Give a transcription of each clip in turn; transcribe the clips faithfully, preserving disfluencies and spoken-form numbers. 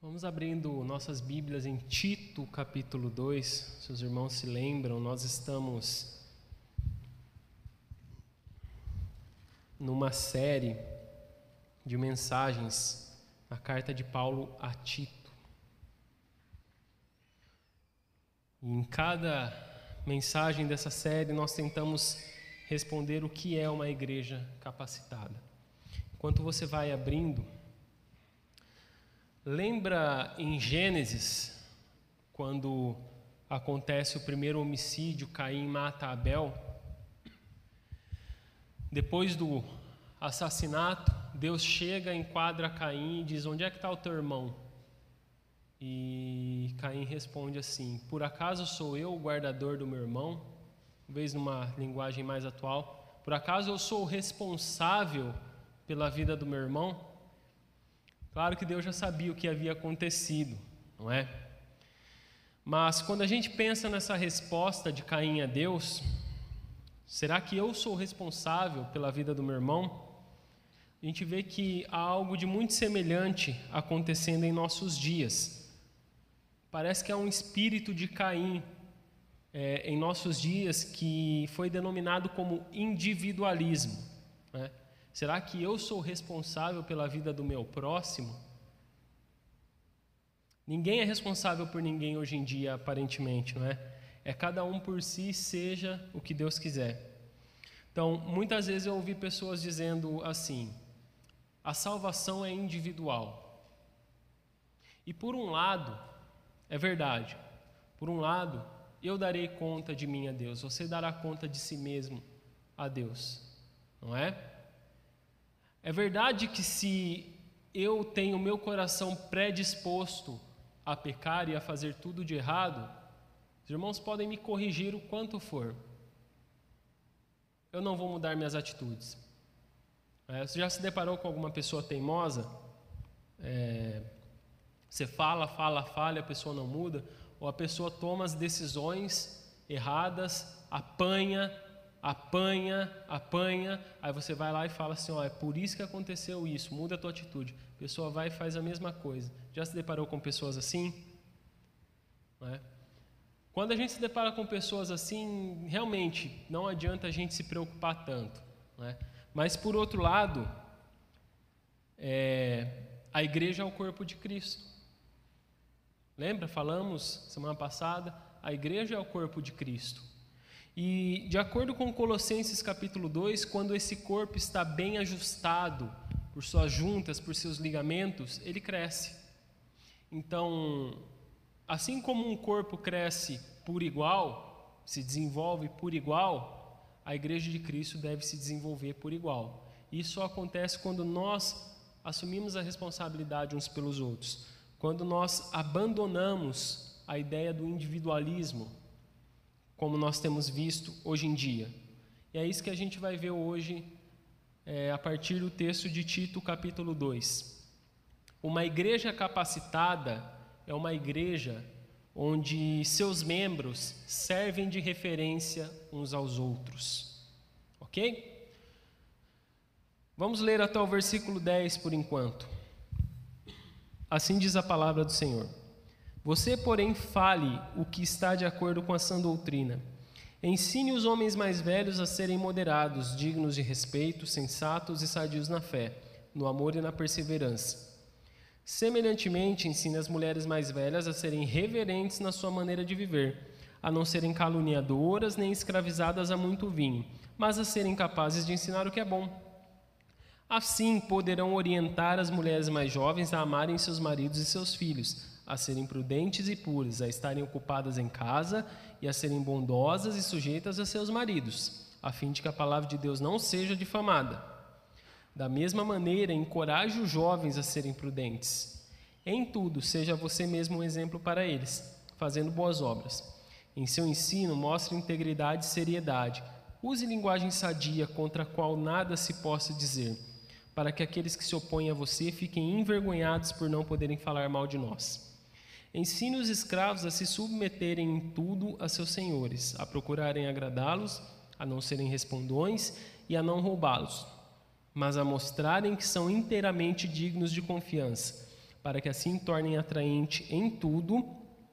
Vamos abrindo nossas Bíblias em Tito, capítulo dois. Se os irmãos se lembram, nós estamos numa série de mensagens na carta de Paulo a Tito. E em cada mensagem dessa série nós tentamos responder o que é uma igreja capacitada. Enquanto você vai abrindo, lembra em Gênesis, quando acontece o primeiro homicídio, Caim mata Abel? Depois do assassinato, Deus chega, enquadra Caim e diz: onde é que está o teu irmão? E Caim responde assim: por acaso sou eu o guardador do meu irmão? Talvez numa linguagem mais atual: por acaso eu sou o responsável pela vida do meu irmão? Claro que Deus já sabia o que havia acontecido, não é? Mas quando a gente pensa nessa resposta de Caim a Deus, será que eu sou responsável pela vida do meu irmão? A gente vê que há algo de muito semelhante acontecendo em nossos dias. Parece que há um espírito de Caim é, em nossos dias que foi denominado como individualismo, né? Será que eu sou responsável pela vida do meu próximo? Ninguém é responsável por ninguém hoje em dia, aparentemente, não é? É cada um por si, seja o que Deus quiser. Então, muitas vezes eu ouvi pessoas dizendo assim: a salvação é individual. E por um lado, é verdade. Por um lado, eu darei conta de mim a Deus, você dará conta de si mesmo a Deus, não é? É verdade que se eu tenho meu coração predisposto a pecar e a fazer tudo de errado, os irmãos podem me corrigir o quanto for, eu não vou mudar minhas atitudes. É, você já se deparou com alguma pessoa teimosa? É, você fala, fala, fala e a pessoa não muda? Ou a pessoa toma as decisões erradas, apanha, apanha, apanha, aí você vai lá e fala assim: ó, é por isso que aconteceu isso, muda a tua atitude. A pessoa vai e faz a mesma coisa. Já se deparou com pessoas assim? Não é? Quando a gente se depara com pessoas assim, realmente não adianta a gente se preocupar tanto, não é? Mas por outro lado, é, a igreja é o corpo de Cristo. Lembra? Falamos semana passada, a igreja é o corpo de Cristo. E de acordo com Colossenses capítulo dois, quando esse corpo está bem ajustado por suas juntas, por seus ligamentos, ele cresce. Então, assim como um corpo cresce por igual, se desenvolve por igual, a igreja de Cristo deve se desenvolver por igual. Isso acontece quando nós assumimos a responsabilidade uns pelos outros, quando nós abandonamos a ideia do individualismo, como nós temos visto hoje em dia. E é isso que a gente vai ver hoje, é, a partir do texto de Tito, capítulo dois. Uma igreja capacitada é uma igreja onde seus membros servem de referência uns aos outros. Ok? Vamos ler até o versículo dez por enquanto. Assim diz a palavra do Senhor: você, porém, fale o que está de acordo com a sã doutrina. Ensine os homens mais velhos a serem moderados, dignos de respeito, sensatos e sadios na fé, no amor e na perseverança. Semelhantemente, ensine as mulheres mais velhas a serem reverentes na sua maneira de viver, a não serem caluniadoras nem escravizadas a muito vinho, mas a serem capazes de ensinar o que é bom. Assim poderão orientar as mulheres mais jovens a amarem seus maridos e seus filhos, a serem prudentes e puras, a estarem ocupadas em casa e a serem bondosas e sujeitas a seus maridos, a fim de que a palavra de Deus não seja difamada. Da mesma maneira, encoraje os jovens a serem prudentes. Em tudo, seja você mesmo um exemplo para eles, fazendo boas obras. Em seu ensino, mostre integridade e seriedade. Use linguagem sadia, contra a qual nada se possa dizer, para que aqueles que se opõem a você fiquem envergonhados por não poderem falar mal de nós. Ensine os escravos a se submeterem em tudo a seus senhores, a procurarem agradá-los, a não serem respondões e a não roubá-los, mas a mostrarem que são inteiramente dignos de confiança, para que assim tornem atraente em tudo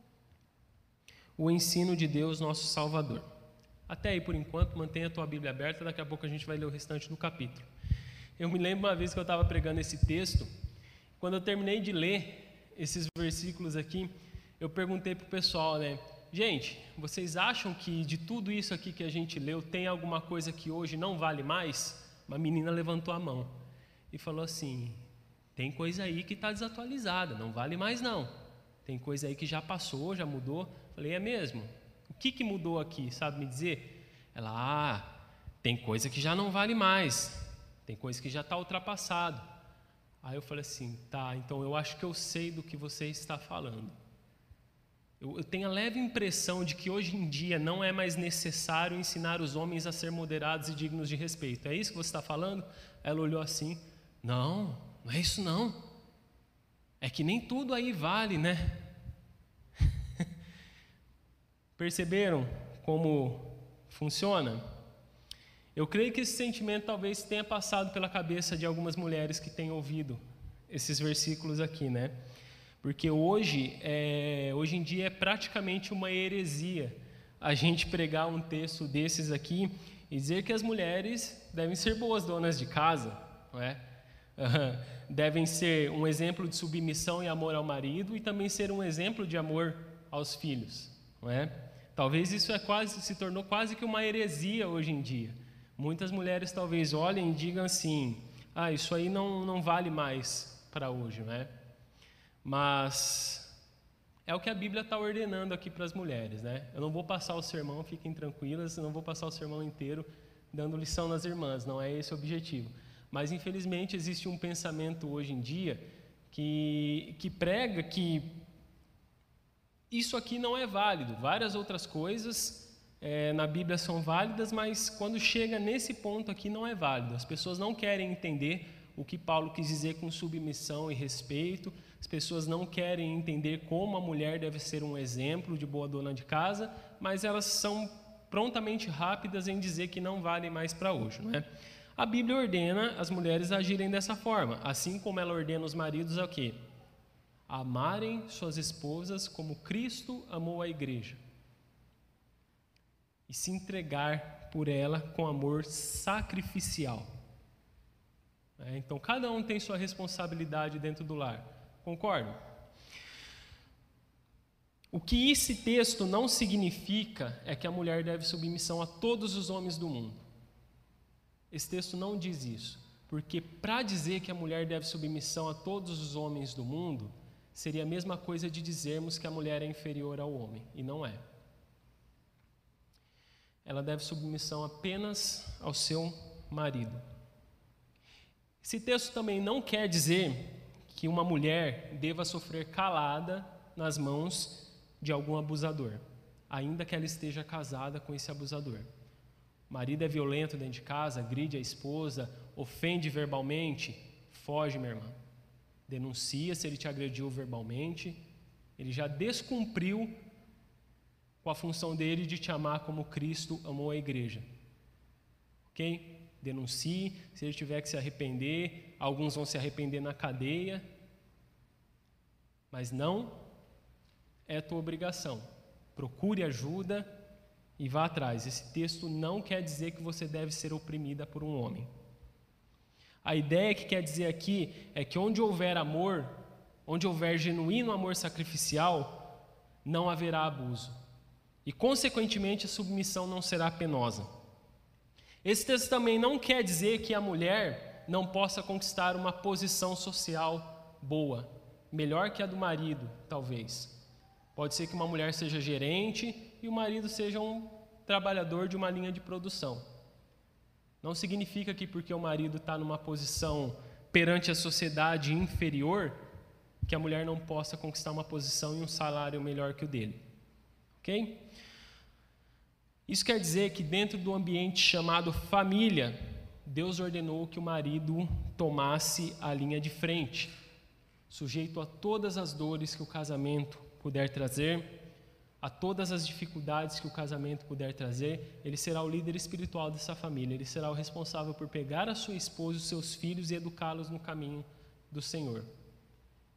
o ensino de Deus, nosso Salvador. Até aí, por enquanto, mantenha a tua Bíblia aberta, daqui a pouco a gente vai ler o restante do capítulo. Eu me lembro uma vez que eu estava pregando esse texto, quando eu terminei de ler esses versículos aqui, eu perguntei para o pessoal, né? Gente, vocês acham que de tudo isso aqui que a gente leu, tem alguma coisa que hoje não vale mais? Uma menina levantou a mão e falou assim, tem coisa aí que está desatualizada, não vale mais não. Tem coisa aí que já passou, já mudou. Falei, é mesmo? O que, que mudou aqui, sabe me dizer? Ela, ah, tem coisa que já não vale mais, tem coisa que já está ultrapassado. Aí eu falei assim, tá, então eu acho que eu sei do que você está falando. Eu, eu tenho a leve impressão de que hoje em dia não é mais necessário ensinar os homens a ser moderados e dignos de respeito. É isso que você está falando? Ela olhou assim, não, não é isso não. É que nem tudo aí vale, né? Perceberam como funciona? Eu creio que esse sentimento talvez tenha passado pela cabeça de algumas mulheres que têm ouvido esses versículos aqui, né? Porque hoje, é, hoje em dia é praticamente uma heresia a gente pregar um texto desses aqui e dizer que as mulheres devem ser boas donas de casa, não é? Uhum. Devem ser um exemplo de submissão e amor ao marido e também ser um exemplo de amor aos filhos, não é? Talvez isso é quase, se tornou quase que uma heresia hoje em dia. Muitas mulheres talvez olhem e digam assim, ah, isso aí não, não vale mais para hoje, não é? Mas é o que a Bíblia está ordenando aqui para as mulheres, né? Eu não vou passar o sermão, fiquem tranquilas, eu não vou passar o sermão inteiro dando lição nas irmãs, não é esse o objetivo. Mas, infelizmente, existe um pensamento hoje em dia que, que prega que isso aqui não é válido. Várias outras coisas é, na Bíblia são válidas, mas quando chega nesse ponto aqui não é válido. As pessoas não querem entender o que Paulo quis dizer com submissão e respeito. As pessoas não querem entender como a mulher deve ser um exemplo de boa dona de casa, mas elas são prontamente rápidas em dizer que não vale mais para hoje, não é? A Bíblia ordena as mulheres a agirem dessa forma, assim como ela ordena os maridos a quê? Amarem suas esposas como Cristo amou a igreja e se entregar por ela com amor sacrificial. É, então, cada um tem sua responsabilidade dentro do lar. Concordo? O que esse texto não significa é que a mulher deve submissão a todos os homens do mundo. Esse texto não diz isso, porque para dizer que a mulher deve submissão a todos os homens do mundo, seria a mesma coisa de dizermos que a mulher é inferior ao homem, e não é. Ela deve submissão apenas ao seu marido. Esse texto também não quer dizer que uma mulher deva sofrer calada nas mãos de algum abusador, ainda que ela esteja casada com esse abusador. O marido é violento dentro de casa, agride a esposa, ofende verbalmente, foge, minha irmã. Denuncia se ele te agrediu verbalmente. Ele já descumpriu com a função dele de te amar como Cristo amou a igreja. Ok? Denuncie, se ele tiver que se arrepender, alguns vão se arrepender na cadeia, mas não é tua obrigação. Procure ajuda e vá atrás. Esse texto não quer dizer que você deve ser oprimida por um homem. A ideia que quer dizer aqui é que onde houver amor, onde houver genuíno amor sacrificial, não haverá abuso. E, consequentemente, a submissão não será penosa. Esse texto também não quer dizer que a mulher não possa conquistar uma posição social boa, melhor que a do marido, talvez. Pode ser que uma mulher seja gerente e o marido seja um trabalhador de uma linha de produção. Não significa que porque o marido está numa posição perante a sociedade inferior, que a mulher não possa conquistar uma posição e um salário melhor que o dele. Ok? Isso quer dizer que dentro do ambiente chamado família, Deus ordenou que o marido tomasse a linha de frente, sujeito a todas as dores que o casamento puder trazer, a todas as dificuldades que o casamento puder trazer. Ele será o líder espiritual dessa família, ele será o responsável por pegar a sua esposa e os seus filhos e educá-los no caminho do Senhor.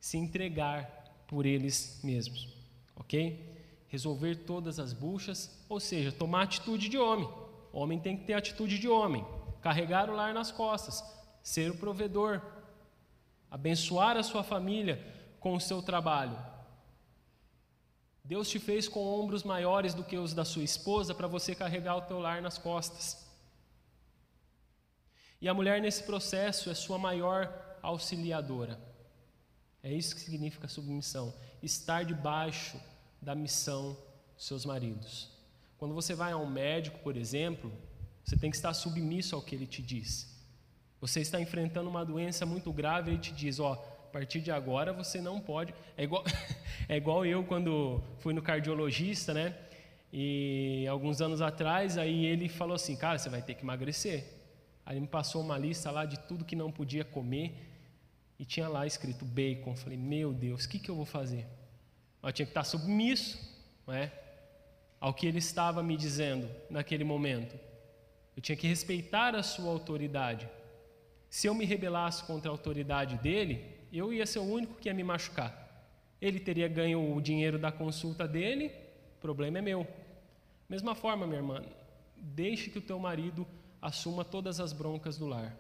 se entregar por eles mesmos, ok? Resolver todas as buchas, ou seja, tomar atitude de homem. O homem tem que ter atitude de homem, carregar o lar nas costas, ser o provedor, abençoar a sua família com o seu trabalho. Deus te fez com ombros maiores do que os da sua esposa para você carregar o teu lar nas costas. E a mulher nesse processo é sua maior auxiliadora. É isso que significa submissão, estar debaixo da missão dos seus maridos. Quando você vai a um médico, por exemplo, você tem que estar submisso ao que ele te diz. Você está enfrentando uma doença muito grave, ele te diz, ó, a partir de agora você não pode... É igual, é igual eu quando fui no cardiologista, né? E alguns anos atrás, aí ele falou assim, cara, você vai ter que emagrecer. Aí ele me passou uma lista lá de tudo que não podia comer e tinha lá escrito bacon. Eu falei, meu Deus, o que, que eu vou fazer? Eu tinha que estar submisso, não é? Ao que ele estava me dizendo naquele momento. Eu tinha que respeitar a sua autoridade. Se eu me rebelasse contra a autoridade dele, eu ia ser o único que ia me machucar. Ele teria ganho o dinheiro da consulta dele, o problema é meu. Mesma forma, minha irmã, deixe que o teu marido assuma todas as broncas do lar.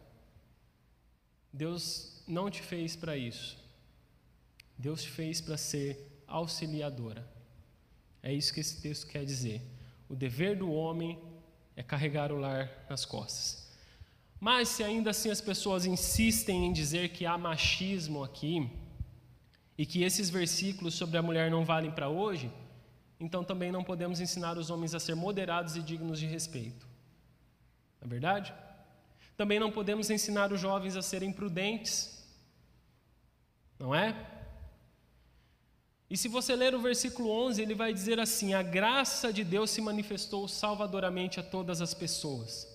Deus não te fez para isso. Deus te fez para ser auxiliadora. É isso que esse texto quer dizer. O dever do homem é carregar o lar nas costas. Mas se ainda assim as pessoas insistem em dizer que há machismo aqui e que esses versículos sobre a mulher não valem para hoje, então também não podemos ensinar os homens a ser moderados e dignos de respeito. Não é verdade? Também não podemos ensinar os jovens a serem prudentes. Não é? E se você ler o versículo onze, ele vai dizer assim: a graça de Deus se manifestou salvadoramente a todas as pessoas.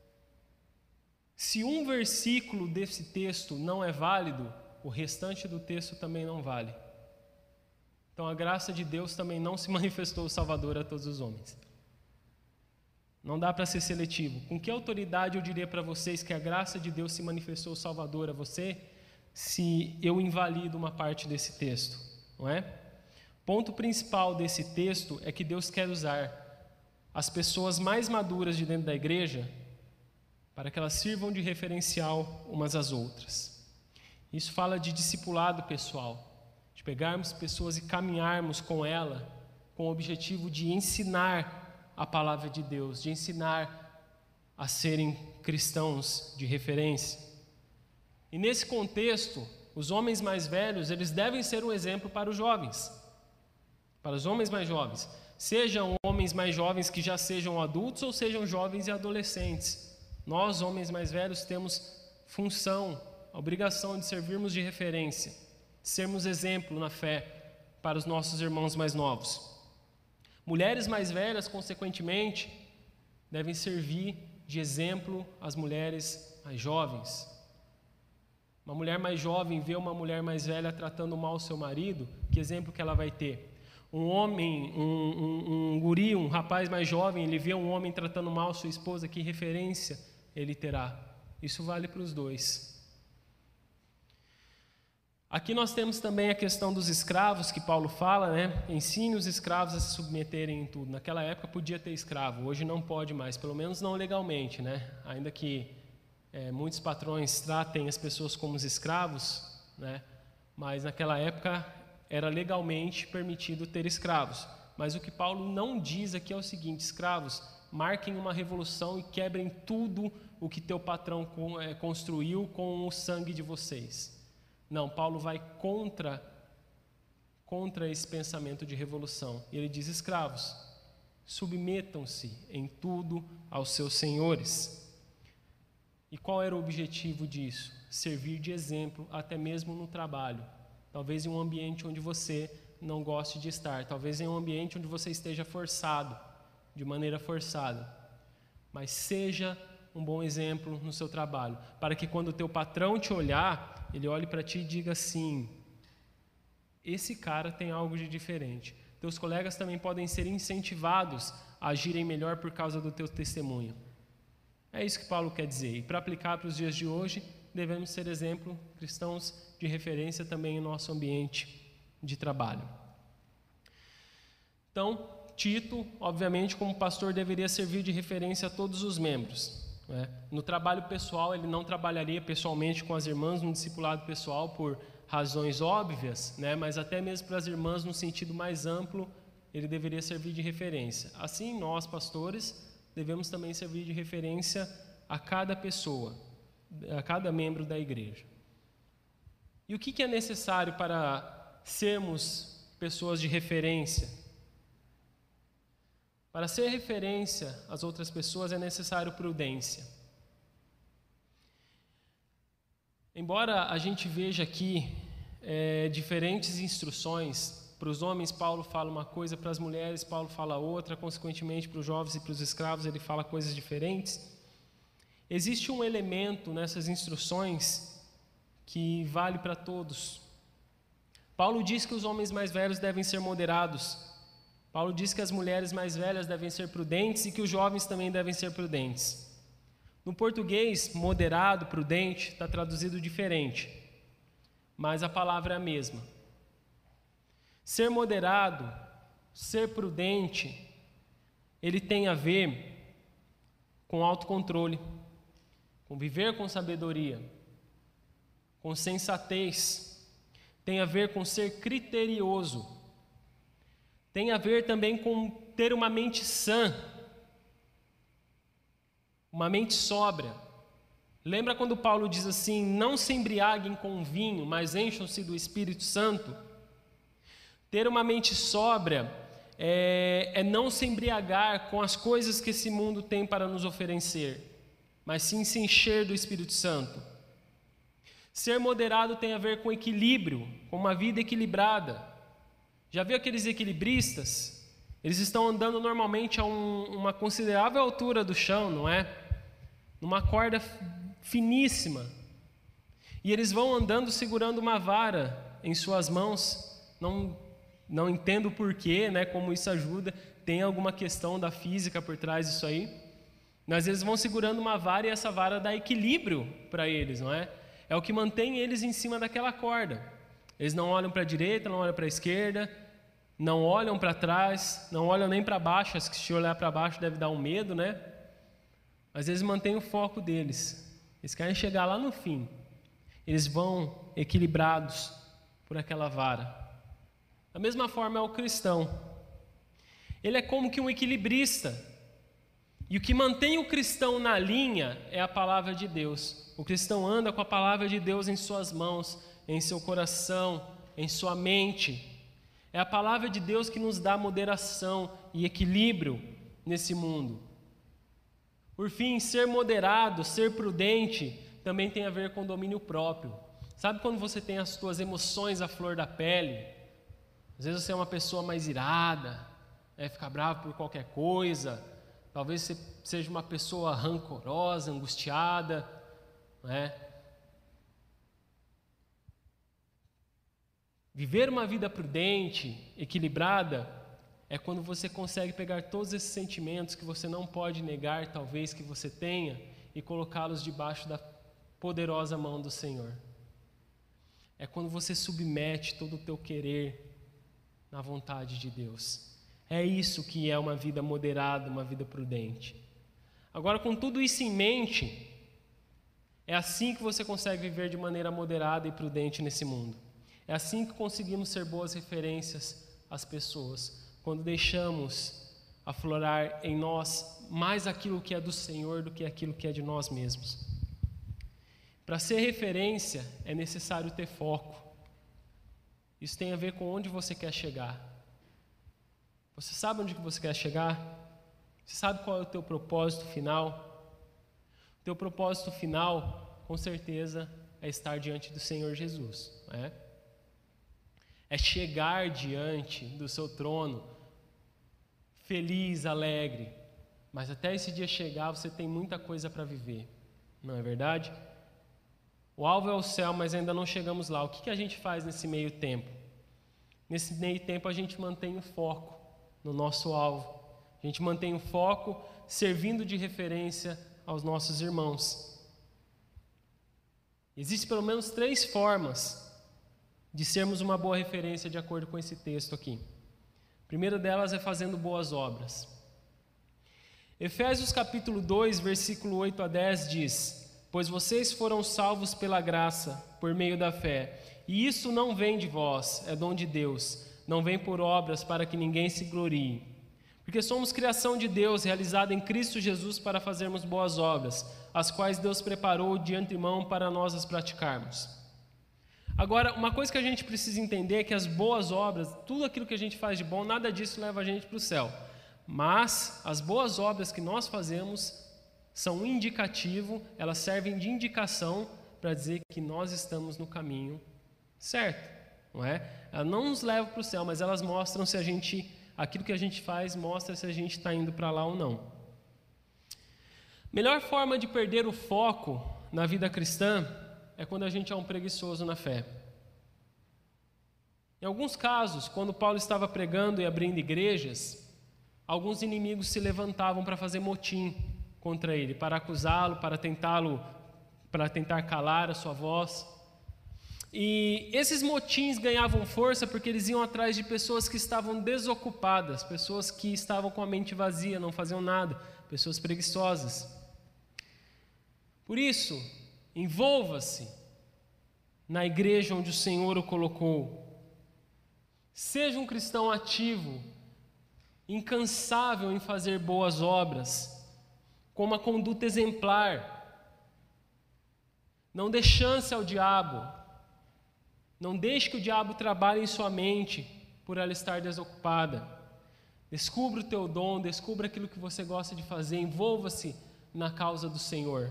Se um versículo desse texto não é válido, o restante do texto também não vale. Então a graça de Deus também não se manifestou salvadora a todos os homens. Não dá para ser seletivo. Com que autoridade eu diria para vocês que a graça de Deus se manifestou salvadora a você, se eu invalido uma parte desse texto, não é? Ponto principal desse texto é que Deus quer usar as pessoas mais maduras de dentro da igreja para que elas sirvam de referencial umas às outras. Isso fala de discipulado pessoal, de pegarmos pessoas e caminharmos com ela com o objetivo de ensinar a palavra de Deus, de ensinar a serem cristãos de referência. E nesse contexto, os homens mais velhos, eles devem ser um exemplo para os jovens, para os homens mais jovens, sejam homens mais jovens que já sejam adultos ou sejam jovens e adolescentes. Nós, homens mais velhos, temos função, a obrigação de servirmos de referência, de sermos exemplo na fé para os nossos irmãos mais novos. Mulheres mais velhas, consequentemente, devem servir de exemplo às mulheres mais jovens. Uma mulher mais jovem vê uma mulher mais velha tratando mal o seu marido, que exemplo que ela vai ter? Um homem, um, um, um guri, um rapaz mais jovem, ele vê um homem tratando mal sua esposa, que referência ele terá? Isso vale para os dois. Aqui nós temos também a questão dos escravos, que Paulo fala, né? Ensine os escravos a se submeterem em tudo. Naquela época podia ter escravo, hoje não pode mais, pelo menos não legalmente, né? Ainda que é, muitos patrões tratem as pessoas como os escravos, né? Mas naquela época era legalmente permitido ter escravos. Mas o que Paulo não diz aqui é o seguinte: escravos, marquem uma revolução e quebrem tudo o que teu patrão construiu com o sangue de vocês. Não, Paulo vai contra, contra esse pensamento de revolução. E ele diz: escravos, submetam-se em tudo aos seus senhores. E qual era o objetivo disso? Servir de exemplo, até mesmo no trabalho. Talvez em um ambiente onde você não goste de estar. Talvez em um ambiente onde você esteja forçado, de maneira forçada. Mas seja um bom exemplo no seu trabalho, para que quando o teu patrão te olhar, ele olhe para ti e diga assim: esse cara tem algo de diferente. Teus colegas também podem ser incentivados a agirem melhor por causa do teu testemunho. É isso que Paulo quer dizer. E para aplicar para os dias de hoje, devemos ser exemplo, cristãos de referência também em nosso ambiente de trabalho. Então, Tito, obviamente, como pastor, deveria servir de referência a todos os membros, né? No trabalho pessoal, ele não trabalharia pessoalmente com as irmãs no discipulado pessoal por razões óbvias, né? Mas até mesmo para as irmãs, no sentido mais amplo, ele deveria servir de referência. Assim, nós, pastores, devemos também servir de referência a cada pessoa, a cada membro da igreja. E o que é necessário para sermos pessoas de referência? Para ser referência às outras pessoas é necessário prudência. Embora a gente veja aqui é, diferentes instruções, para os homens Paulo fala uma coisa, para as mulheres Paulo fala outra, consequentemente para os jovens e para os escravos ele fala coisas diferentes. Existe um elemento nessas instruções que vale para todos. Paulo diz que os homens mais velhos devem ser moderados. Paulo diz que as mulheres mais velhas devem ser prudentes e que os jovens também devem ser prudentes. No português, moderado, prudente, está traduzido diferente, mas a palavra é a mesma. Ser moderado, ser prudente, ele tem a ver com autocontrole, com viver com sabedoria, com sensatez, tem a ver com ser criterioso, tem a ver também com ter uma mente sã, uma mente sóbria. Lembra quando Paulo diz assim, não se embriaguem com vinho, mas encham-se do Espírito Santo? Ter uma mente sóbria é, é não se embriagar com as coisas que esse mundo tem para nos oferecer, mas sim se encher do Espírito Santo. Ser moderado tem a ver com equilíbrio, com uma vida equilibrada. Já viu aqueles equilibristas? Eles estão andando normalmente a um, uma considerável altura do chão, não é? Numa corda finíssima. E eles vão andando segurando uma vara em suas mãos. Não, não entendo o porquê, né, como isso ajuda. Tem alguma questão da física por trás disso aí. Mas eles vão segurando uma vara e essa vara dá equilíbrio para eles, não é? É o que mantém eles em cima daquela corda. Eles não olham para a direita, não olham para a esquerda, não olham para trás, não olham nem para baixo. Acho que se olhar para baixo deve dar um medo, né? Mas eles mantêm o foco deles. Eles querem chegar lá no fim. Eles vão equilibrados por aquela vara. Da mesma forma é o cristão. Ele é como que um equilibrista. E o que mantém o cristão na linha é a palavra de Deus. O cristão anda com a palavra de Deus em suas mãos, em seu coração, em sua mente. É a palavra de Deus que nos dá moderação e equilíbrio nesse mundo. Por fim, ser moderado, ser prudente, também tem a ver com domínio próprio. Sabe quando você tem as suas emoções à flor da pele? Às vezes você é uma pessoa mais irada, é, fica bravo por qualquer coisa. Talvez você seja uma pessoa rancorosa, angustiada, né? Viver uma vida prudente, equilibrada, é quando você consegue pegar todos esses sentimentos que você não pode negar, talvez que você tenha, e colocá-los debaixo da poderosa mão do Senhor. É quando você submete todo o teu querer na vontade de Deus. É isso que é uma vida moderada, uma vida prudente. Agora, com tudo isso em mente, é assim que você consegue viver de maneira moderada e prudente nesse mundo. É assim que conseguimos ser boas referências às pessoas, quando deixamos aflorar em nós mais aquilo que é do Senhor do que aquilo que é de nós mesmos. Para ser referência, é necessário ter foco. Isso tem a ver com onde você quer chegar. Você sabe onde você quer chegar? Você sabe qual é o teu propósito final? O teu propósito final, com certeza, é estar diante do Senhor Jesus, não é? É chegar diante do seu trono, feliz, alegre. Mas até esse dia chegar, você tem muita coisa para viver, não é verdade? O alvo é o céu, mas ainda não chegamos lá. O que que a gente faz nesse meio tempo? Nesse meio tempo, a gente mantém o foco no nosso alvo. A gente mantém o foco servindo de referência aos nossos irmãos. Existem pelo menos três formas de sermos uma boa referência de acordo com esse texto aqui. A primeira delas é fazendo boas obras. Efésios capítulo dois, versículo oito a dez diz: pois vocês foram salvos pela graça, por meio da fé, e isso não vem de vós, é dom de Deus, não vem por obras para que ninguém se glorie. Porque somos criação de Deus, realizada em Cristo Jesus para fazermos boas obras, as quais Deus preparou de antemão para nós as praticarmos. Agora, uma coisa que a gente precisa entender é que as boas obras, tudo aquilo que a gente faz de bom, nada disso leva a gente para o céu. Mas as boas obras que nós fazemos são um indicativo, elas servem de indicação para dizer que nós estamos no caminho certo, não é? Elas não nos levam para o céu, mas elas mostram se a gente, aquilo que a gente faz mostra se a gente está indo para lá ou não. Melhor forma de perder o foco na vida cristã é quando a gente é um preguiçoso na fé. Em alguns casos, quando Paulo estava pregando e abrindo igrejas, alguns inimigos se levantavam para fazer motim contra ele, para acusá-lo, para tentá-lo, para tentar calar a sua voz. E esses motins ganhavam força porque eles iam atrás de pessoas que estavam desocupadas, pessoas que estavam com a mente vazia, não faziam nada, pessoas preguiçosas. Por isso, envolva-se na igreja onde o Senhor o colocou. Seja um cristão ativo, incansável em fazer boas obras, com uma conduta exemplar. Não dê chance ao diabo. Não deixe que o diabo trabalhe em sua mente por ela estar desocupada. Descubra o teu dom, descubra aquilo que você gosta de fazer, envolva-se na causa do Senhor.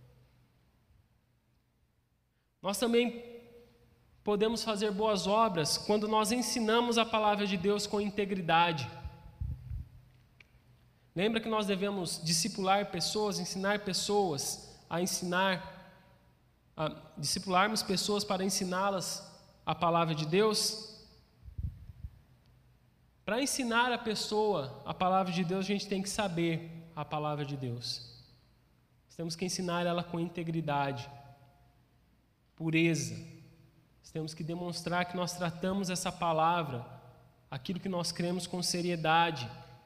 Nós também podemos fazer boas obras quando nós ensinamos a palavra de Deus com integridade. Lembra que nós devemos discipular pessoas, ensinar pessoas a ensinar, a discipularmos pessoas para ensiná-las a palavra de Deus? Para ensinar a pessoa a palavra de Deus, a gente tem que saber a palavra de Deus. Nós temos que ensinar ela com integridade, pureza. Nós temos que demonstrar que nós tratamos essa palavra, aquilo que nós cremos, com seriedade.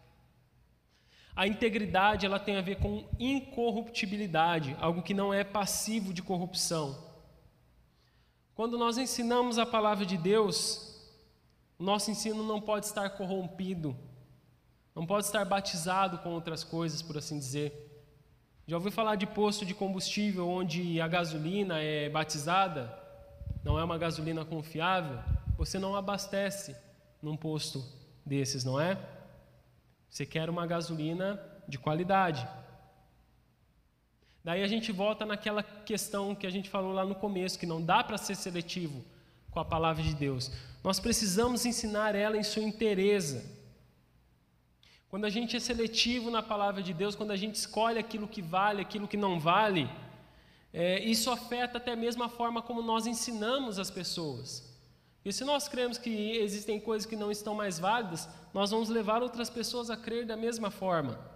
A integridade, ela tem a ver com incorruptibilidade, algo que não é passivo de corrupção. Quando nós ensinamos a palavra de Deus, o nosso ensino não pode estar corrompido, não pode estar batizado com outras coisas, por assim dizer. Já ouviu falar de posto de combustível onde a gasolina é batizada? Não é uma gasolina confiável? Você não abastece num posto desses, não é? Você quer uma gasolina de qualidade. Daí a gente volta naquela questão que a gente falou lá no começo, que não dá para ser seletivo com a palavra de Deus. Nós precisamos ensinar ela em sua inteireza. Quando a gente é seletivo na palavra de Deus, quando a gente escolhe aquilo que vale, aquilo que não vale, é, isso afeta até mesmo a forma como nós ensinamos as pessoas. E se nós cremos que existem coisas que não estão mais válidas, nós vamos levar outras pessoas a crer da mesma forma.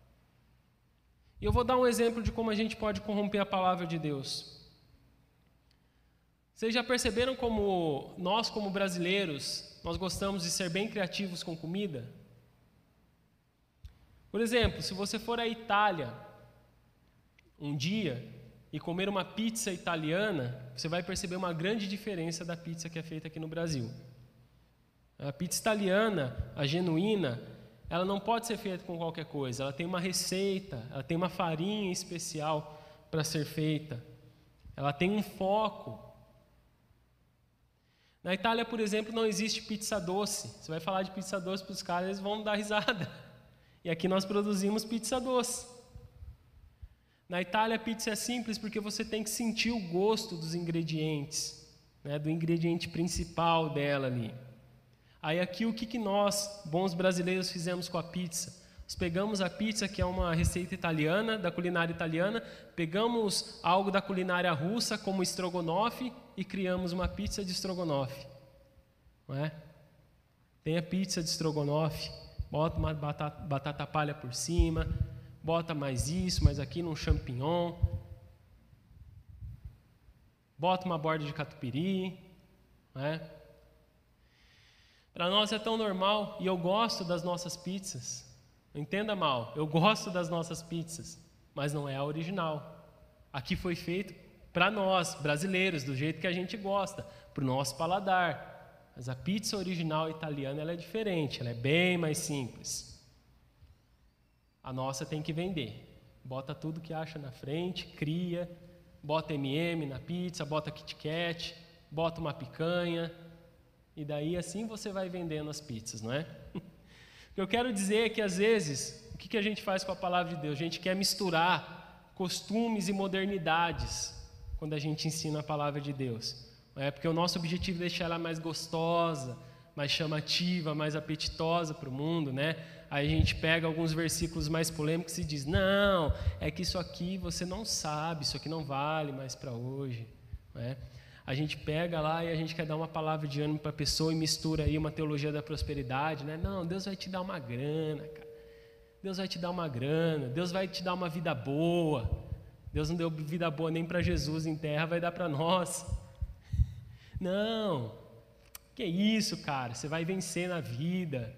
E eu vou dar um exemplo de como a gente pode corromper a palavra de Deus. Vocês já perceberam como nós, como brasileiros, nós gostamos de ser bem criativos com comida? Por exemplo, se você for à Itália um dia e comer uma pizza italiana, você vai perceber uma grande diferença da pizza que é feita aqui no Brasil. A pizza italiana, a genuína, ela não pode ser feita com qualquer coisa. Ela tem uma receita, ela tem uma farinha especial para ser feita. Ela tem um foco. Na Itália, por exemplo, não existe pizza doce. Você vai falar de pizza doce para os caras, eles vão dar risada. E aqui nós produzimos pizza doce. Na Itália, a pizza é simples porque você tem que sentir o gosto dos ingredientes, né, do ingrediente principal dela ali. Aí aqui o que, que nós, bons brasileiros, fizemos com a pizza? Nós pegamos a pizza, que é uma receita italiana, da culinária italiana, pegamos algo da culinária russa, como estrogonofe, e criamos uma pizza de estrogonofe. Não é? Tem a pizza de estrogonofe, bota uma batata, batata palha por cima, bota mais isso, mais aquilo, um champignon. bota uma borda de catupiry, não é? Para nós é tão normal, e eu gosto das nossas pizzas. Não entenda mal, eu gosto das nossas pizzas, mas não é a original. Aqui foi feito para nós, brasileiros, do jeito que a gente gosta, para o nosso paladar. Mas a pizza original italiana ela é diferente, ela é bem mais simples. A nossa tem que vender. Bota tudo que acha na frente, cria, bota eme e eme na pizza, bota Kit Kat, bota uma picanha, e daí assim você vai vendendo as pizzas, não é? O que eu quero dizer é que às vezes, o que a gente faz com a palavra de Deus? A gente quer misturar costumes e modernidades quando a gente ensina a palavra de Deus. Não é? Porque o nosso objetivo é deixar ela mais gostosa, mais chamativa, mais apetitosa para o mundo, né? Aí a gente pega alguns versículos mais polêmicos e diz, não, é que isso aqui você não sabe, isso aqui não vale mais para hoje, não é? A gente pega lá e a gente quer dar uma palavra de ânimo para a pessoa e mistura aí uma teologia da prosperidade, né? Não, Deus vai te dar uma grana, cara. Deus vai te dar uma grana, Deus vai te dar uma vida boa. Deus não deu vida boa nem para Jesus em terra, vai dar para nós. Não, que isso, cara, você vai vencer na vida.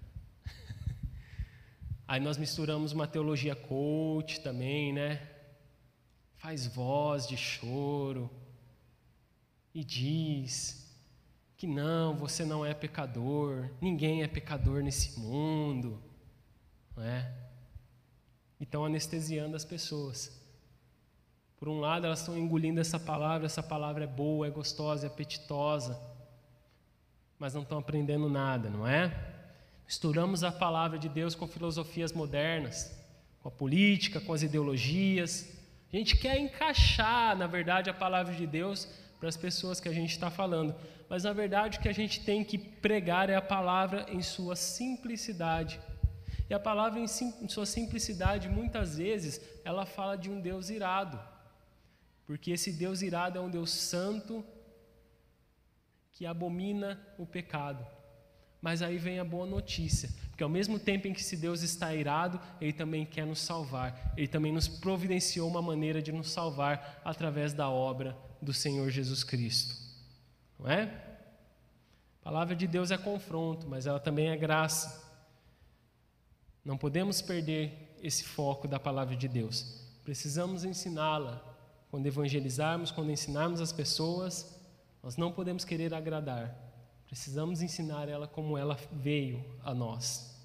Aí nós misturamos uma teologia coach também, né? Faz voz de choro e diz que não, você não é pecador, ninguém é pecador nesse mundo, não é? E estão anestesiando as pessoas. Por um lado, elas estão engolindo essa palavra, essa palavra é boa, é gostosa, é apetitosa, mas não estão aprendendo nada, não é? Misturamos a palavra de Deus com filosofias modernas, com a política, com as ideologias. A gente quer encaixar, na verdade, a palavra de Deus para as pessoas que a gente está falando, mas na verdade o que a gente tem que pregar é a palavra em sua simplicidade. E a palavra em, sim, em sua simplicidade, muitas vezes, ela fala de um Deus irado, porque esse Deus irado é um Deus santo que abomina o pecado. Mas aí vem a boa notícia, porque ao mesmo tempo em que esse Deus está irado, Ele também quer nos salvar. Ele também nos providenciou uma maneira de nos salvar através da obra do Senhor Jesus Cristo. Não é? A palavra de Deus é confronto, mas ela também é graça. Não podemos perder esse foco da palavra de Deus. Precisamos ensiná-la. Quando evangelizarmos, quando ensinarmos as pessoas, nós não podemos querer agradar. Precisamos ensinar ela como ela veio a nós.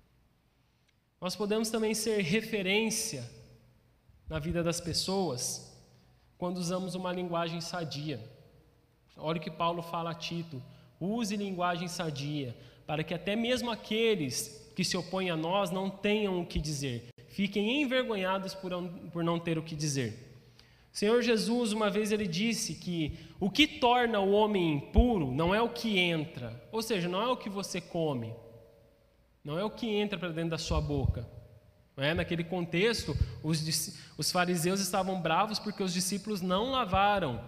Nós podemos também ser referência na vida das pessoas quando usamos uma linguagem sadia. Olha o que Paulo fala a Tito: use linguagem sadia, para que até mesmo aqueles que se opõem a nós não tenham o que dizer, fiquem envergonhados por não, por não ter o que dizer. O Senhor Jesus, uma vez ele disse que o que torna o homem impuro não é o que entra, ou seja, não é o que você come, não é o que entra para dentro da sua boca. Não é? Naquele contexto, os, os fariseus estavam bravos porque os discípulos não lavaram,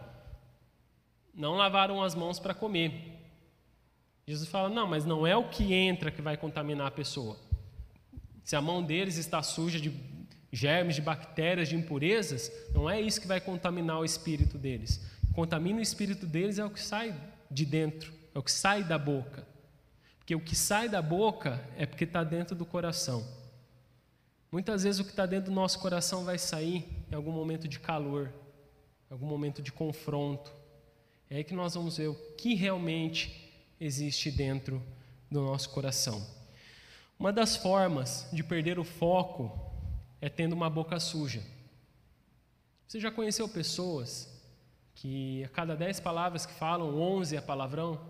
não lavaram as mãos para comer. Jesus fala, não, mas não é o que entra que vai contaminar a pessoa. Se a mão deles está suja de germes, de bactérias, de impurezas, não é isso que vai contaminar o espírito deles. O que contamina o espírito deles é o que sai de dentro, é o que sai da boca. Porque o que sai da boca é porque está dentro do coração. Muitas vezes o que está dentro do nosso coração vai sair em algum momento de calor, em algum momento de confronto. É aí que nós vamos ver o que realmente existe dentro do nosso coração. Uma das formas de perder o foco é tendo uma boca suja. Você já conheceu pessoas que a cada dez palavras que falam, onze é palavrão?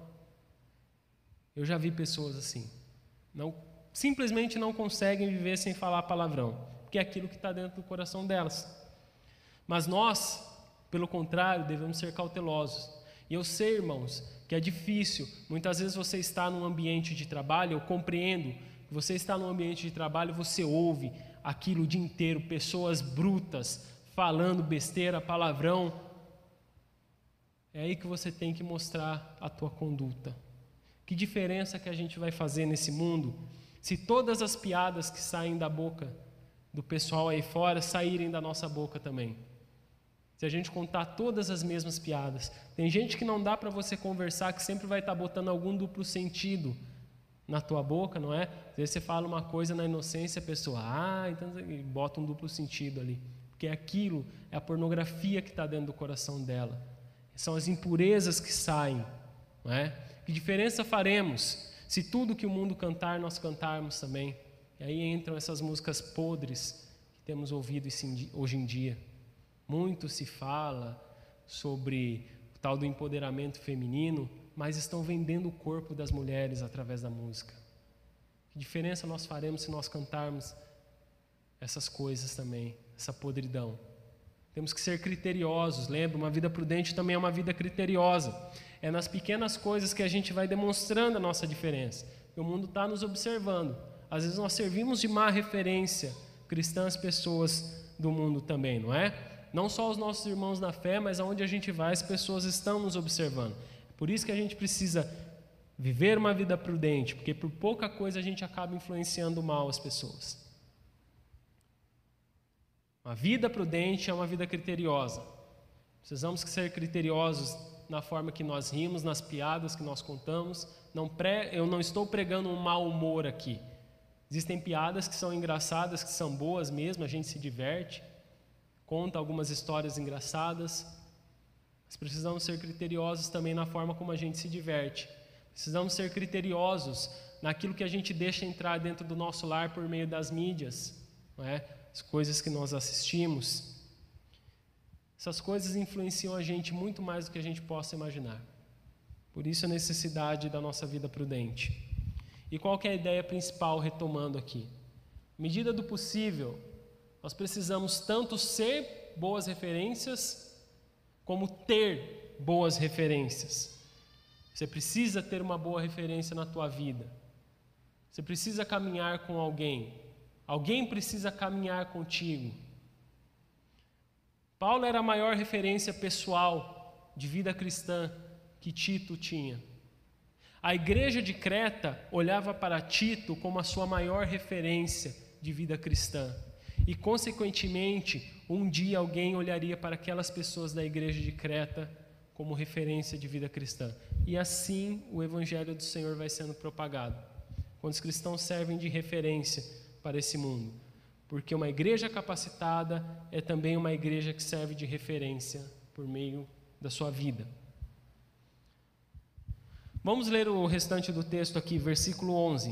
Eu já vi pessoas assim. Não, simplesmente não conseguem viver sem falar palavrão, porque é aquilo que está dentro do coração delas. Mas nós, pelo contrário, devemos ser cautelosos. E eu sei, irmãos, que é difícil. Muitas vezes você está num ambiente de trabalho, eu compreendo que você está num ambiente de trabalho, você ouve aquilo o dia inteiro, pessoas brutas, falando besteira, palavrão. É aí que você tem que mostrar a tua conduta. Que diferença que a gente vai fazer nesse mundo se todas as piadas que saem da boca do pessoal aí fora saírem da nossa boca também? Se a gente contar todas as mesmas piadas. Tem gente que não dá para você conversar, que sempre vai estar botando algum duplo sentido na tua boca, não é? Às vezes você fala uma coisa na inocência, a pessoa, ah, então bota um duplo sentido ali. Porque aquilo é a pornografia que está dentro do coração dela. São as impurezas que saem, não é? Que diferença faremos se tudo que o mundo cantar, nós cantarmos também? E aí entram essas músicas podres que temos ouvido hoje em dia. Muito se fala sobre o tal do empoderamento feminino, mas estão vendendo o corpo das mulheres através da música. Que diferença nós faremos se nós cantarmos essas coisas também, essa podridão? Temos que ser criteriosos, lembra? Uma vida prudente também é uma vida criteriosa. É nas pequenas coisas que a gente vai demonstrando a nossa diferença. O mundo está nos observando. Às vezes nós servimos de má referência cristãs, pessoas do mundo também, não é? Não só os nossos irmãos na fé, mas aonde a gente vai, as pessoas estão nos observando. Por isso que a gente precisa viver uma vida prudente, porque por pouca coisa a gente acaba influenciando mal as pessoas. Uma vida prudente é uma vida criteriosa. Precisamos ser criteriosos na forma que nós rimos, nas piadas que nós contamos. Não pré, eu não estou pregando um mau humor aqui. Existem piadas que são engraçadas, que são boas mesmo, a gente se diverte, conta algumas histórias engraçadas, mas precisamos ser criteriosos também na forma como a gente se diverte. Precisamos ser criteriosos naquilo que a gente deixa entrar dentro do nosso lar por meio das mídias, não é? As coisas que nós assistimos. Essas coisas influenciam a gente muito mais do que a gente possa imaginar. Por isso a necessidade da nossa vida prudente. E qual que é a ideia principal, retomando aqui? À medida do possível, nós precisamos tanto ser boas referências, como ter boas referências. Você precisa ter uma boa referência na tua vida. Você precisa caminhar com alguém. Alguém precisa caminhar contigo. Paulo era a maior referência pessoal de vida cristã que Tito tinha. A igreja de Creta olhava para Tito como a sua maior referência de vida cristã. E, consequentemente, um dia alguém olharia para aquelas pessoas da igreja de Creta como referência de vida cristã. E assim o evangelho do Senhor vai sendo propagado. Quando os cristãos servem de referência para esse mundo. Porque uma igreja capacitada é também uma igreja que serve de referência por meio da sua vida. Vamos ler o restante do texto aqui, versículo onze.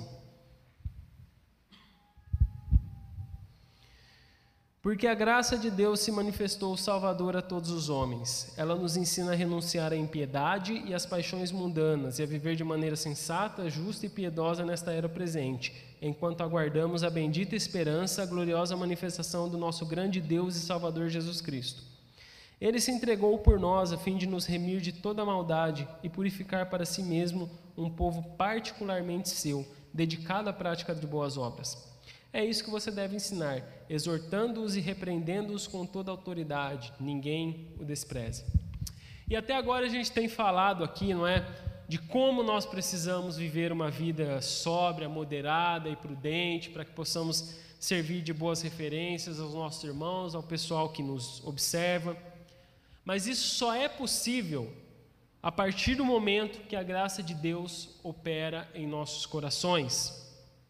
Porque a graça de Deus se manifestou salvadora a todos os homens. Ela nos ensina a renunciar à impiedade e às paixões mundanas e a viver de maneira sensata, justa e piedosa nesta era presente, enquanto aguardamos a bendita esperança, a gloriosa manifestação do nosso grande Deus e Salvador Jesus Cristo. Ele se entregou por nós a fim de nos remir de toda maldade e purificar para si mesmo um povo particularmente seu, dedicado à prática de boas obras. É isso que você deve ensinar, exortando-os e repreendendo-os com toda autoridade. Ninguém o despreze. E até agora a gente tem falado aqui, não é, de como nós precisamos viver uma vida sóbria, moderada e prudente, para que possamos servir de boas referências aos nossos irmãos, ao pessoal que nos observa. Mas isso só é possível a partir do momento que a graça de Deus opera em nossos corações.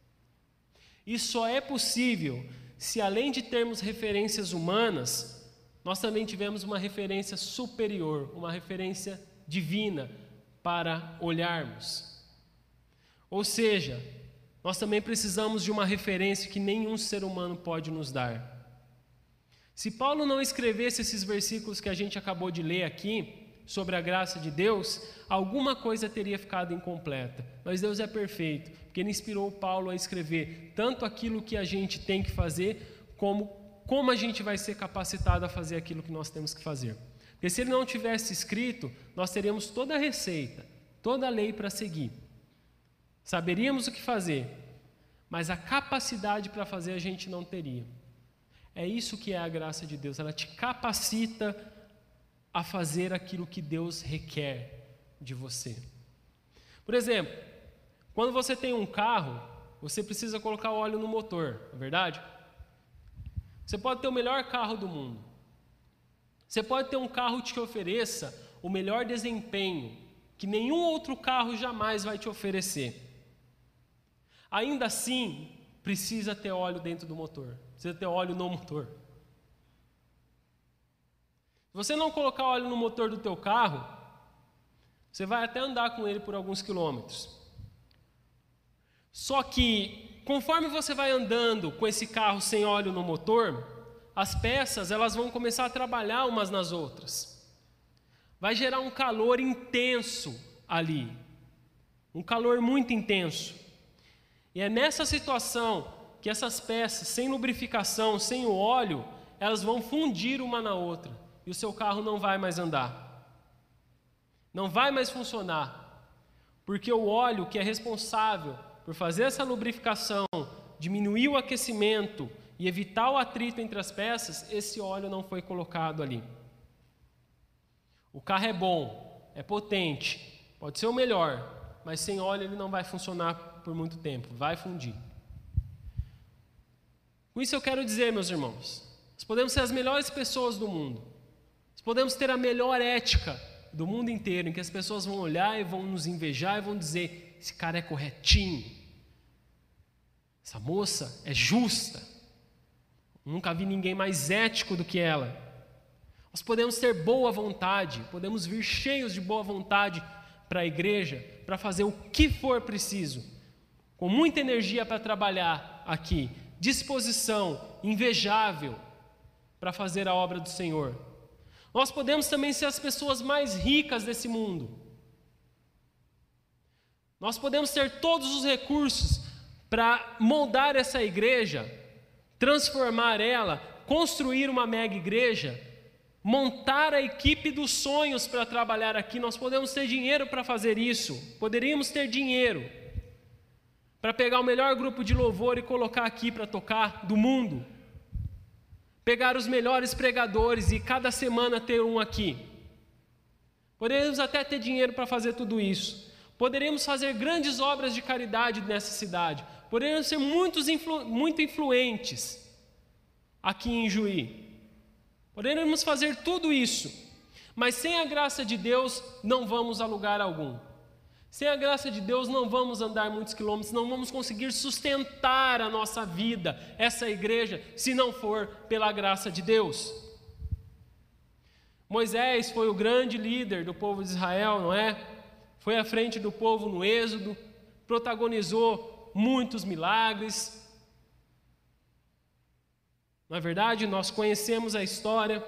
Isso só é possível se, além de termos referências humanas, nós também tivermos uma referência superior, uma referência divina para olharmos. Ou seja, nós também precisamos de uma referência que nenhum ser humano pode nos dar. Se Paulo não escrevesse esses versículos que a gente acabou de ler aqui, sobre a graça de Deus, alguma coisa teria ficado incompleta. Mas Deus é perfeito, porque Ele inspirou Paulo a escrever tanto aquilo que a gente tem que fazer, como como a gente vai ser capacitado a fazer aquilo que nós temos que fazer. Porque se Ele não tivesse escrito, nós teríamos toda a receita, toda a lei para seguir. Saberíamos o que fazer, mas a capacidade para fazer a gente não teria. É isso que é a graça de Deus, ela te capacita a fazer aquilo que Deus requer de você. Por exemplo, quando você tem um carro, você precisa colocar óleo no motor, não é verdade? Você pode ter o melhor carro do mundo. Você pode ter um carro que te ofereça o melhor desempenho que nenhum outro carro jamais vai te oferecer. Ainda assim, precisa ter óleo dentro do motor, precisa ter óleo no motor. Se você não colocar óleo no motor do teu carro, você vai até andar com ele por alguns quilômetros. Só que, conforme você vai andando com esse carro sem óleo no motor, as peças elas vão começar a trabalhar umas nas outras. Vai gerar um calor intenso ali, um calor muito intenso. E é nessa situação que essas peças, sem lubrificação, sem o óleo, elas vão fundir uma na outra, e o seu carro não vai mais andar, não vai mais funcionar, porque o óleo que é responsável por fazer essa lubrificação, diminuir o aquecimento e evitar o atrito entre as peças, esse óleo não foi colocado ali. O carro é bom, é potente, pode ser o melhor, mas sem óleo ele não vai funcionar por muito tempo, vai fundir. Com isso eu quero dizer, meus irmãos, nós podemos ser as melhores pessoas do mundo, nós podemos ter a melhor ética do mundo inteiro, em que as pessoas vão olhar e vão nos invejar e vão dizer, esse cara é corretinho, essa moça é justa, nunca vi ninguém mais ético do que ela. Nós podemos ter boa vontade, podemos vir cheios de boa vontade para a igreja, para fazer o que for preciso, com muita energia para trabalhar aqui, disposição invejável para fazer a obra do Senhor. Nós podemos também ser as pessoas mais ricas desse mundo. Nós podemos ter todos os recursos para moldar essa igreja, transformar ela, construir uma mega igreja, montar a equipe dos sonhos para trabalhar aqui. Nós podemos ter dinheiro para fazer isso, poderíamos ter dinheiro para pegar o melhor grupo de louvor e colocar aqui para tocar do mundo, pegar os melhores pregadores e cada semana ter um aqui. Poderíamos até ter dinheiro para fazer tudo isso, poderíamos fazer grandes obras de caridade nessa cidade, poderíamos ser muitos influ, muito influentes aqui em Juí. Poderíamos fazer tudo isso, mas sem a graça de Deus não vamos a lugar algum. Sem a graça de Deus não vamos andar muitos quilômetros, não vamos conseguir sustentar a nossa vida, essa igreja, se não for pela graça de Deus. Moisés foi o grande líder do povo de Israel, não é? Foi à frente do povo no Êxodo, protagonizou muitos milagres. Na verdade, nós conhecemos a história.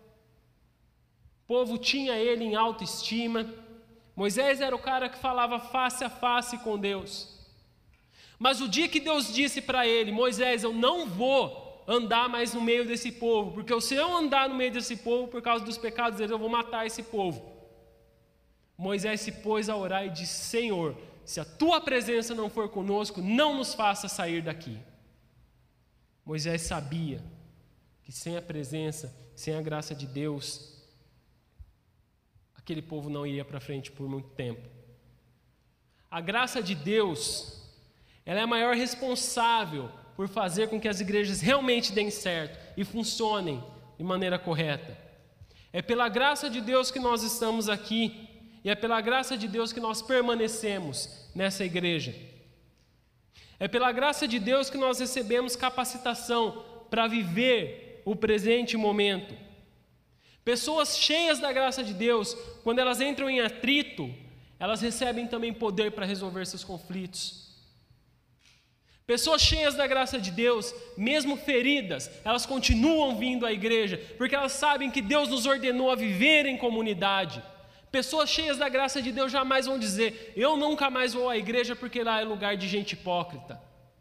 O povo tinha ele em autoestima. Moisés era o cara que falava face a face com Deus. Mas o dia que Deus disse para ele, Moisés, eu não vou andar mais no meio desse povo, porque se eu andar no meio desse povo, por causa dos pecados deles, eu vou matar esse povo. Moisés se pôs a orar e disse, Senhor, se a tua presença não for conosco, não nos faça sair daqui. Moisés sabia que sem a presença, sem a graça de Deus, aquele povo não iria para frente por muito tempo. A graça de Deus, ela é a maior responsável por fazer com que as igrejas realmente deem certo e funcionem de maneira correta. É pela graça de Deus que nós estamos aqui, e é pela graça de Deus que nós permanecemos nessa igreja. É pela graça de Deus que nós recebemos capacitação para viver o presente momento. Pessoas cheias da graça de Deus, quando elas entram em atrito, elas recebem também poder para resolver seus conflitos. Pessoas cheias da graça de Deus, mesmo feridas, elas continuam vindo à igreja, porque elas sabem que Deus nos ordenou a viver em comunidade. Pessoas cheias da graça de Deus jamais vão dizer, eu nunca mais vou à igreja porque lá é lugar de gente hipócrita.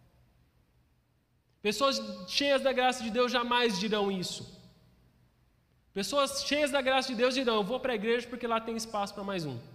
Pessoas cheias da graça de Deus jamais dirão isso. Pessoas cheias da graça de Deus dirão, eu vou para a igreja porque lá tem espaço para mais um.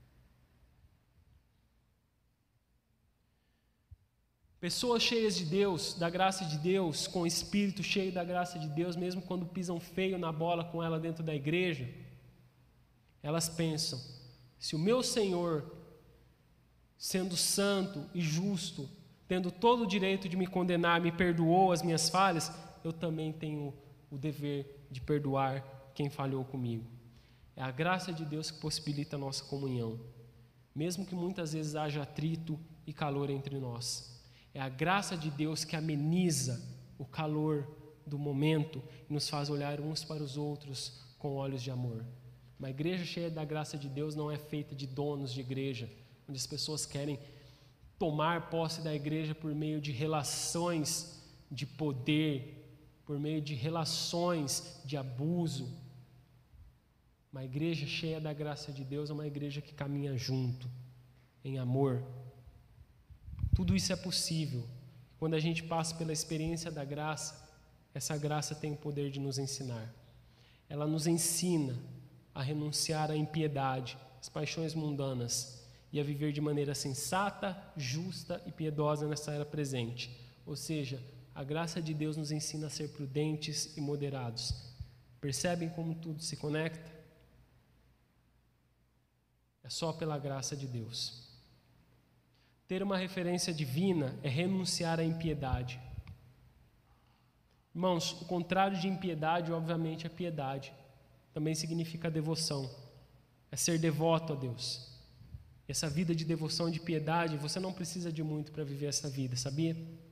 Pessoas cheias de Deus, da graça de Deus, com o espírito cheio da graça de Deus, mesmo quando pisam feio na bola com ela dentro da igreja, elas pensam, se o meu Senhor, sendo santo e justo, tendo todo o direito de me condenar, me perdoou as minhas falhas, eu também tenho o dever de perdoar quem falhou comigo. É a graça de Deus que possibilita a nossa comunhão, mesmo que muitas vezes haja atrito e calor entre nós. É a graça de Deus que ameniza o calor do momento e nos faz olhar uns para os outros com olhos de amor. Uma igreja cheia da graça de Deus não é feita de donos de igreja, onde as pessoas querem tomar posse da igreja por meio de relações de poder, por meio de relações de abuso. Uma igreja cheia da graça de Deus é uma igreja que caminha junto, em amor. Tudo isso é possível. Quando a gente passa pela experiência da graça, essa graça tem o poder de nos ensinar. Ela nos ensina a renunciar à impiedade, às paixões mundanas e a viver de maneira sensata, justa e piedosa nessa era presente. Ou seja, a graça de Deus nos ensina a ser prudentes e moderados. Percebem como tudo se conecta? É só pela graça de Deus. Ter uma referência divina é renunciar à impiedade. Irmãos, o contrário de impiedade, obviamente, é piedade. Também significa devoção. É ser devoto a Deus. Essa vida de devoção e de piedade, você não precisa de muito para viver essa vida, sabia?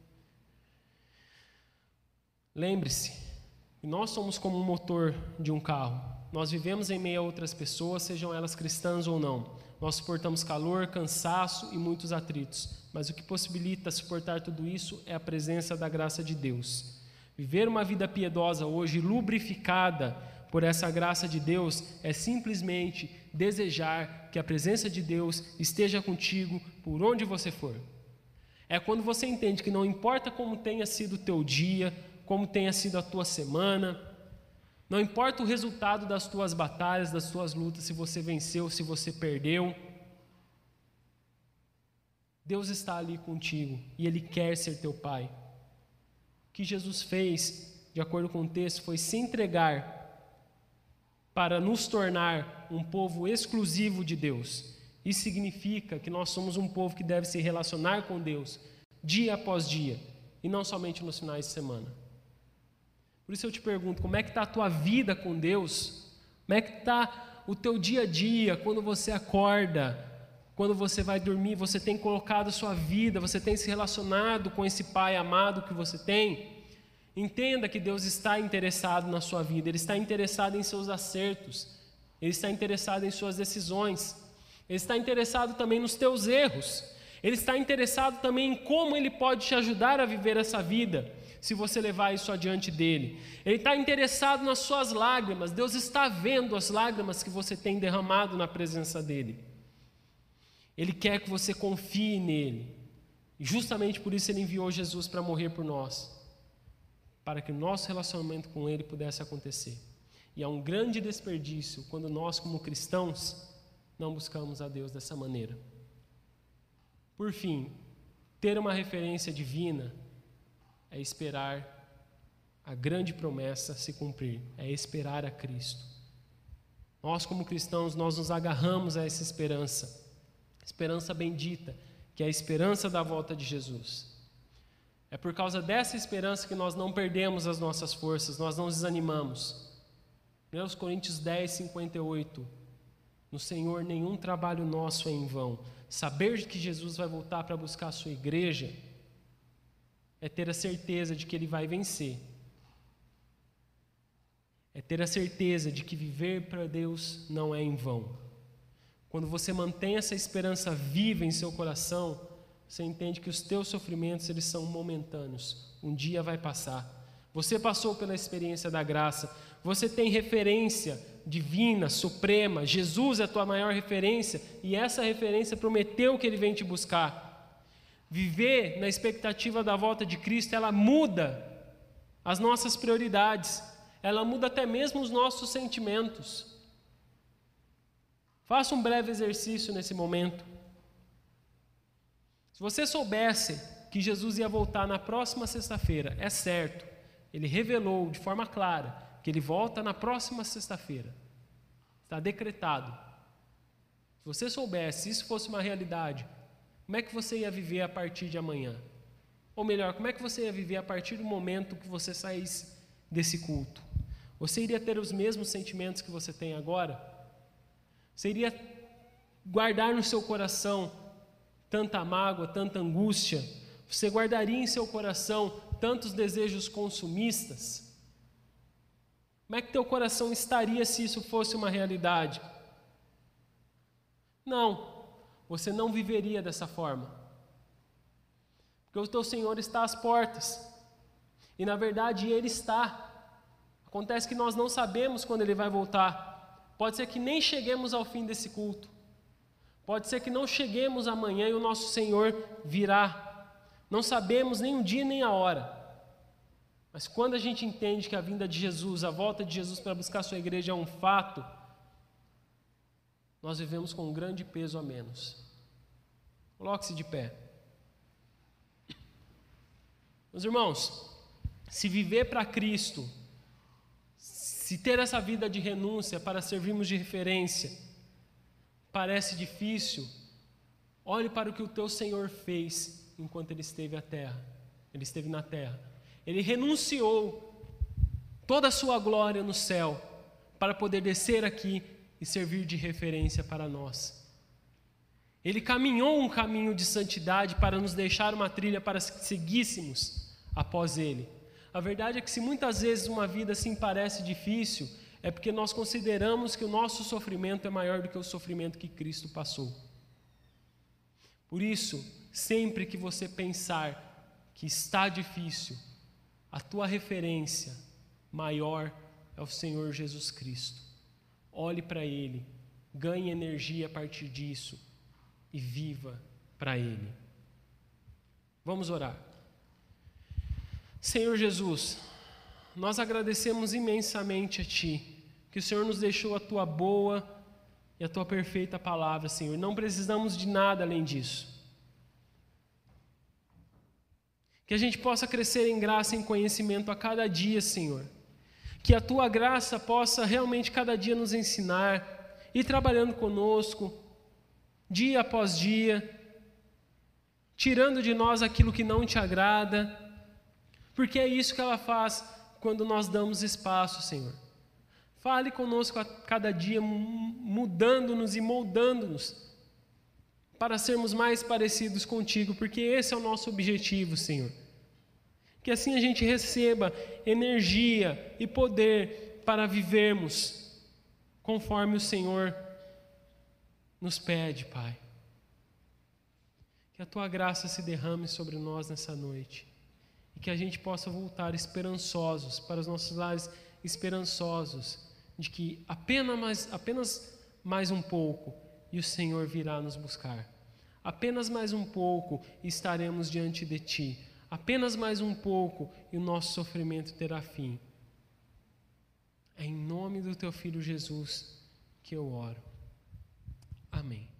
Lembre-se, nós somos como um motor de um carro. Nós vivemos em meio a outras pessoas, sejam elas cristãs ou não. Nós suportamos calor, cansaço e muitos atritos. Mas o que possibilita suportar tudo isso é a presença da graça de Deus. Viver uma vida piedosa hoje, lubrificada por essa graça de Deus, é simplesmente desejar que a presença de Deus esteja contigo por onde você for. É quando você entende que não importa como tenha sido o teu dia, como tenha sido a tua semana, não importa o resultado das tuas batalhas, das tuas lutas, se você venceu, se você perdeu, Deus está ali contigo e Ele quer ser teu Pai. O que Jesus fez, de acordo com o texto, foi se entregar para nos tornar um povo exclusivo de Deus. Isso significa que nós somos um povo que deve se relacionar com Deus dia após dia e não somente nos finais de semana. Por isso eu te pergunto, como é que está a tua vida com Deus? Como é que está o teu dia a dia, quando você acorda, quando você vai dormir? Você tem colocado a sua vida, você tem se relacionado com esse Pai amado que você tem? Entenda que Deus está interessado na sua vida, Ele está interessado em seus acertos, Ele está interessado em suas decisões, Ele está interessado também nos teus erros, Ele está interessado também em como Ele pode te ajudar a viver essa vida, se você levar isso adiante dele. Ele está interessado nas suas lágrimas. Deus está vendo as lágrimas que você tem derramado na presença dele. Ele quer que você confie nele. E justamente por isso ele enviou Jesus para morrer por nós, para que o nosso relacionamento com ele pudesse acontecer. E é um grande desperdício quando nós, como cristãos, não buscamos a Deus dessa maneira. Por fim, ter uma referência divina é esperar a grande promessa se cumprir, é esperar a Cristo. Nós, como cristãos, nós nos agarramos a essa esperança, esperança bendita, que é a esperança da volta de Jesus. É por causa dessa esperança que nós não perdemos as nossas forças, nós não desanimamos. primeira Coríntios dez, cinquenta e oito, no Senhor nenhum trabalho nosso é em vão. Saber que Jesus vai voltar para buscar a sua igreja é ter a certeza de que Ele vai vencer. É ter a certeza de que viver para Deus não é em vão. Quando você mantém essa esperança viva em seu coração, você entende que os teus sofrimentos, eles são momentâneos. Um dia vai passar. Você passou pela experiência da graça. Você tem referência divina, suprema. Jesus é a tua maior referência. E essa referência prometeu que Ele vem te buscar. Viver na expectativa da volta de Cristo, ela muda as nossas prioridades, ela muda até mesmo os nossos sentimentos. Faça um breve exercício nesse momento. Se você soubesse que Jesus ia voltar na próxima sexta-feira, é certo, Ele revelou de forma clara que Ele volta na próxima sexta-feira, está decretado. Se você soubesse, se isso fosse uma realidade, como é que você ia viver a partir de amanhã? Ou melhor, como é que você ia viver a partir do momento que você saísse desse culto? Você iria ter os mesmos sentimentos que você tem agora? Você iria guardar no seu coração tanta mágoa, tanta angústia? Você guardaria em seu coração tantos desejos consumistas? Como é que teu coração estaria se isso fosse uma realidade? Não, você não viveria dessa forma. Porque o teu Senhor está às portas. E na verdade Ele está. Acontece que nós não sabemos quando Ele vai voltar. Pode ser que nem cheguemos ao fim desse culto. Pode ser que não cheguemos amanhã e o nosso Senhor virá. Não sabemos nem o dia nem a hora. Mas quando a gente entende que a vinda de Jesus, a volta de Jesus para buscar a sua igreja é um fato, nós vivemos com um grande peso a menos. Coloque-se de pé. Meus irmãos, se viver para Cristo, se ter essa vida de renúncia para servirmos de referência, parece difícil, olhe para o que o teu Senhor fez enquanto Ele esteve à terra. Ele esteve na terra. Ele renunciou toda a sua glória no céu para poder descer aqui e servir de referência para nós. Ele caminhou um caminho de santidade para nos deixar uma trilha para que seguíssemos após Ele. A verdade é que se muitas vezes uma vida assim parece difícil, é porque nós consideramos que o nosso sofrimento é maior do que o sofrimento que Cristo passou. Por isso, sempre que você pensar que está difícil, a tua referência maior é o Senhor Jesus Cristo. Olhe para Ele, ganhe energia a partir disso e viva para Ele. Vamos orar. Senhor Jesus, nós agradecemos imensamente a Ti, que o Senhor nos deixou a Tua boa e a Tua perfeita palavra, Senhor. Não precisamos de nada além disso. Que a gente possa crescer em graça e em conhecimento a cada dia, Senhor. Que a Tua graça possa realmente cada dia nos ensinar, ir trabalhando conosco, dia após dia, tirando de nós aquilo que não Te agrada, porque é isso que ela faz quando nós damos espaço, Senhor. Fale conosco a cada dia, mudando-nos e moldando-nos para sermos mais parecidos contigo, porque esse é o nosso objetivo, Senhor. Que assim a gente receba energia e poder para vivermos conforme o Senhor nos pede, Pai. Que a Tua graça se derrame sobre nós nessa noite. E que a gente possa voltar esperançosos para os nossos lares, esperançosos de que apenas mais, apenas mais um pouco e o Senhor virá nos buscar. Apenas mais um pouco e estaremos diante de Ti. Apenas mais um pouco e o nosso sofrimento terá fim. É em nome do Teu Filho Jesus que eu oro. Amém.